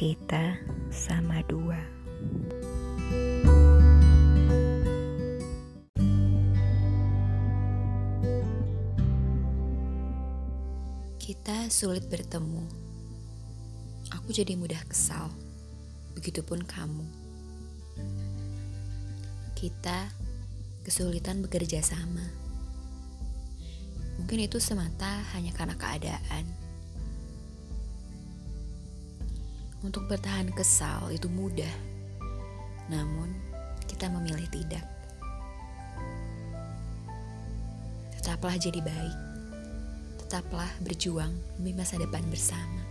Kita sama dua. Kita sulit bertemu. Aku jadi mudah kesal. Begitupun kamu. Kita kesulitan bekerja sama. Mungkin itu semata hanya karena keadaan. Untuk bertahan kesal itu mudah, namun kita memilih tidak. Tetaplah jadi baik, tetaplah berjuang demi masa depan bersama.